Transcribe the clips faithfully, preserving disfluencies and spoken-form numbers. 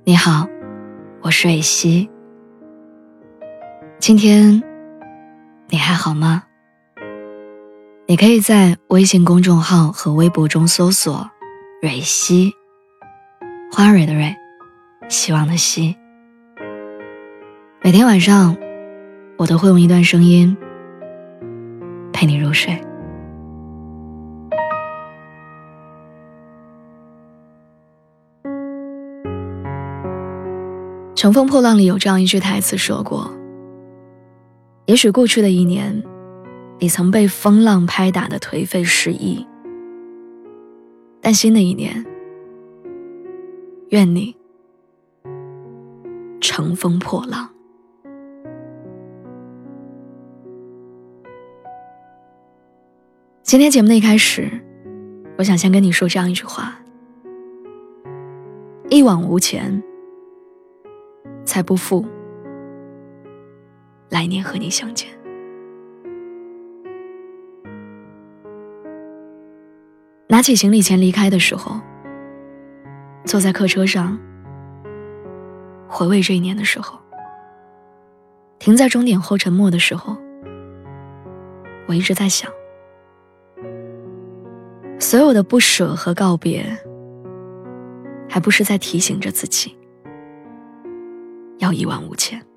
你好，我是蕊希。今天你还好吗？你可以在微信公众号和微博中搜索蕊希，花蕊的蕊，希望的希。每天晚上我都会用一段声音陪你入睡。乘风破浪里有这样一句台词说过，也许过去的一年你曾被风浪拍打得颓废失意，但新的一年愿你乘风破浪。今天节目的一开始，我想先跟你说这样一句话：一往无前，才不负来年和你相见。拿起行李前离开的时候，坐在客车上回味这一年的时候，停在终点后沉默的时候，我一直在想，所有的不舍和告别，还不是在提醒着自己要一往无前。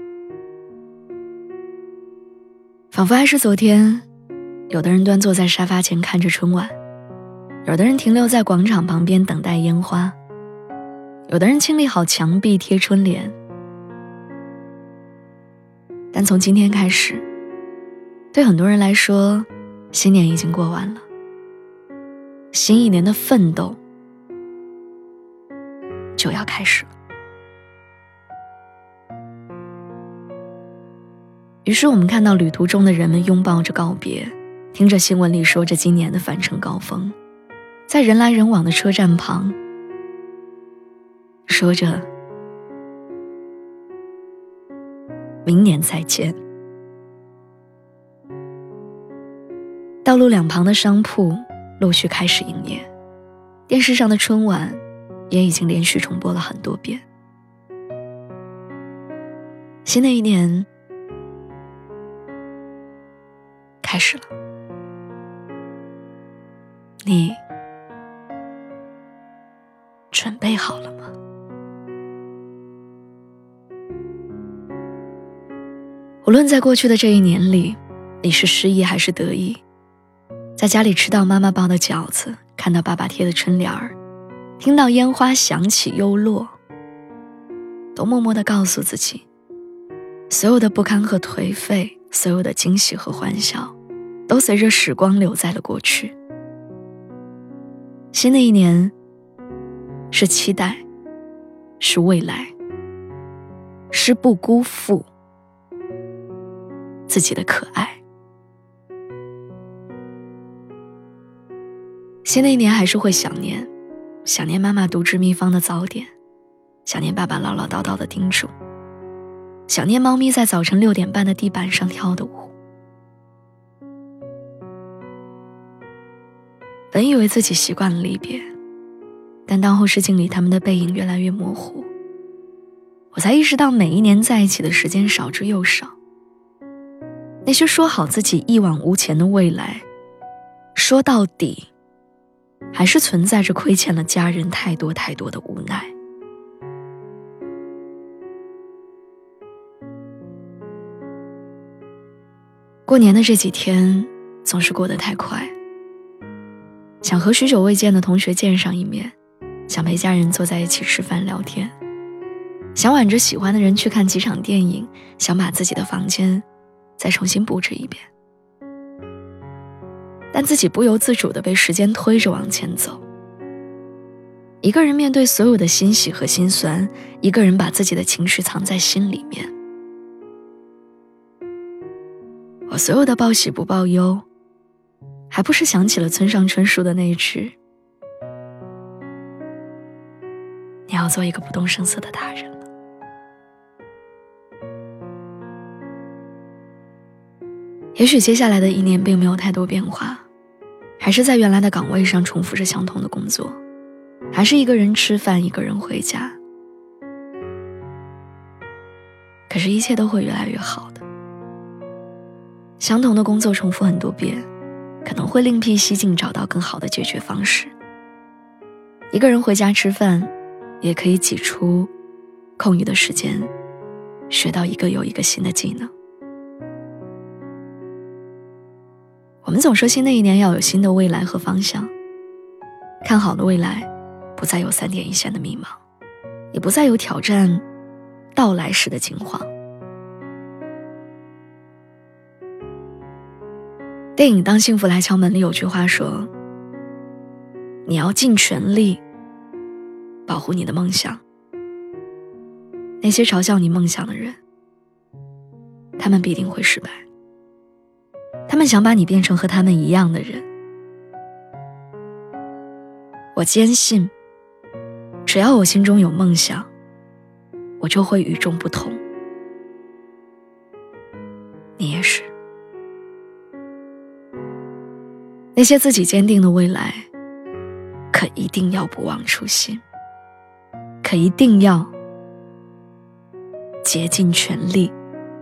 仿佛还是昨天，有的人端坐在沙发前看着春晚，有的人停留在广场旁边等待烟花，有的人清理好墙壁贴春联。但从今天开始，对很多人来说，新年已经过完了，新一年的奋斗就要开始了。于是我们看到旅途中的人们拥抱着告别，听着新闻里说着今年的返程高峰，在人来人往的车站旁说着明年再见。道路两旁的商铺陆续开始营业，电视上的春晚也已经连续重播了很多遍。新的一年开始了，你准备好了吗？无论在过去的这一年里，你是失意还是得意，在家里吃到妈妈包的饺子，看到爸爸贴的春联儿，听到烟花响起又落，都默默地告诉自己，所有的不堪和颓废，所有的惊喜和欢笑，都随着时光留在了过去。新的一年是期待，是未来，是不辜负自己的可爱。新的一年还是会想念，想念妈妈独制秘方的早点，想念爸爸唠唠叨叨的叮嘱，想念猫咪在早晨六点半的地板上跳的舞。本以为自己习惯了离别，但当后视镜里他们的背影越来越模糊，我才意识到每一年在一起的时间少之又少。那些说好自己一往无前的未来，说到底还是存在着亏欠了家人太多太多的无奈。过年的这几天总是过得太快，想和许久未见的同学见上一面，想陪家人坐在一起吃饭聊天，想挽着喜欢的人去看几场电影，想把自己的房间再重新布置一遍。但自己不由自主地被时间推着往前走，一个人面对所有的欣喜和心酸，一个人把自己的情绪藏在心里面。我所有的报喜不报忧，还不是想起了村上春树的那一句，你要做一个不动声色的大人了。也许接下来的一年并没有太多变化，还是在原来的岗位上重复着相同的工作，还是一个人吃饭，一个人回家， 可是一切都会越来越好的。相同的工作重复很多遍，可能会另辟蹊径找到更好的解决方式。一个人回家吃饭，也可以挤出空余的时间，学到一个又一个新的技能。我们总说新的一年要有新的未来和方向，看好的未来不再有三点一线的迷茫，也不再有挑战到来时的惊慌。电影《当幸福来敲门》里有句话说，你要尽全力保护你的梦想。那些嘲笑你梦想的人，他们必定会失败。他们想把你变成和他们一样的人。我坚信，只要我心中有梦想，我就会与众不同。你也是。那些自己坚定的未来，可一定要不忘初心，可一定要竭尽全力，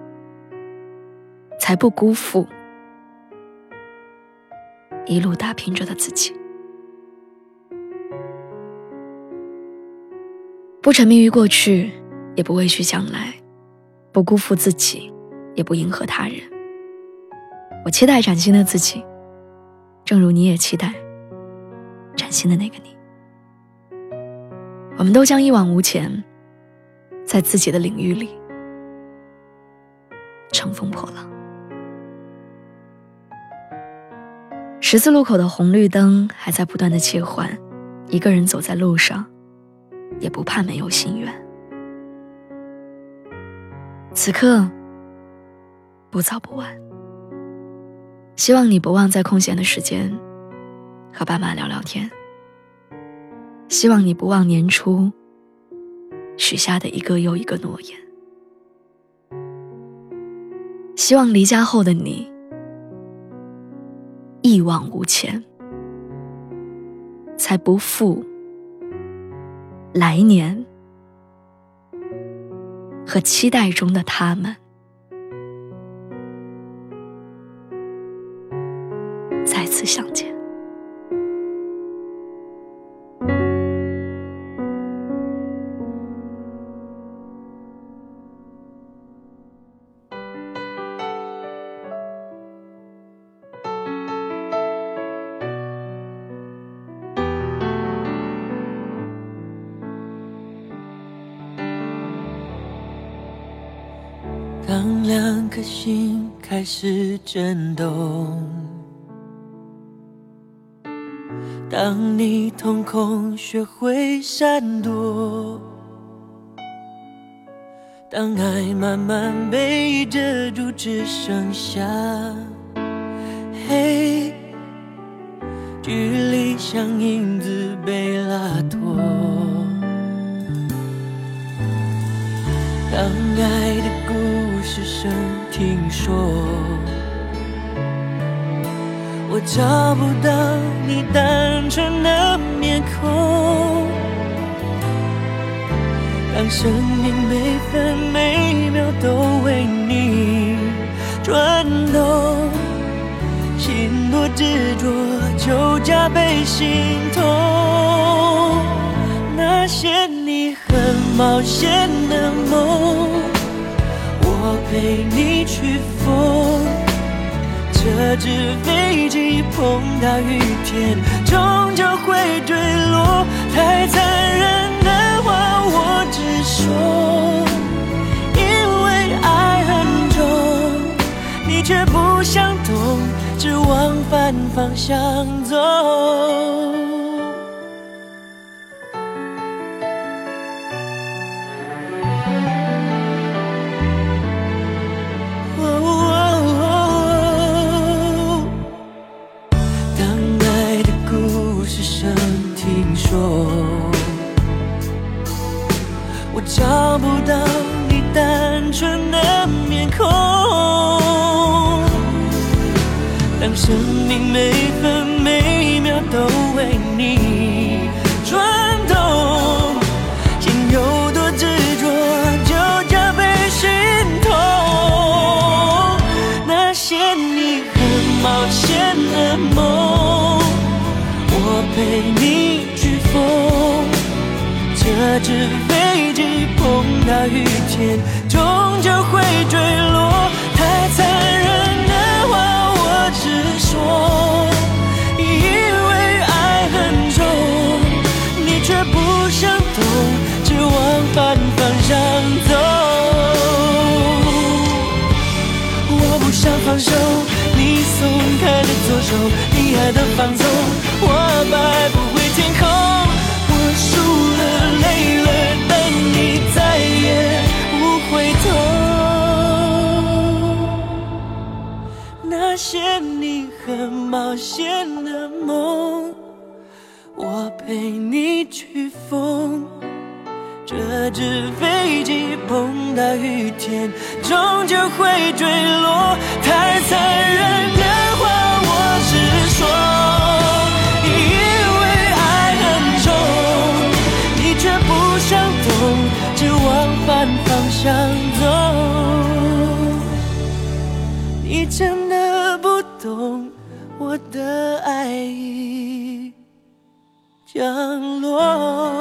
才不辜负一路打拼着的自己。不沉迷于过去，也不畏惧将来，不辜负自己，也不迎合他人。我期待崭新的自己，正如你也期待崭新的那个你。我们都将一往无前，在自己的领域里乘风破浪。十字路口的红绿灯还在不断的切换，一个人走在路上，也不怕没有心愿。此刻不早不晚，希望你不忘在空闲的时间和爸妈聊聊天，希望你不忘年初许下的一个又一个诺言，希望离家后的你一往无前，才不负来年和期待中的他们再次相见。 当两颗心开始震动，当你瞳孔学会闪躲，当爱慢慢被遮住，只剩下黑，距离像影子被拉脱。当爱的故事声听说，我找不到你单纯的面孔。当生命每分每秒都为你转动，心多执着就加倍心痛。那些你很冒险的梦，我陪你去疯。这只飞机碰到雨天，终究会坠落。太残忍的话我只说，因为爱很重，你却不想懂，只往反方向走。我找不到你单纯的面孔，当生命每分每秒都为你转动，心有多执着就加倍心这只飞机碰到雨天，终究会坠落。太残忍的话我直说，因为爱很重，你却不想懂，只往反方向走。我不想放手，你松开的左手，你爱的放纵，我摆不回天空。我输了，累了，但你再也不回头。那些你很冒险的梦，我陪你去疯。这只飞机碰到雨天，终究会坠落。太残忍的话我直说，因为爱很重，你却不想懂，只往反方向走。你真的不懂，我的爱已降落。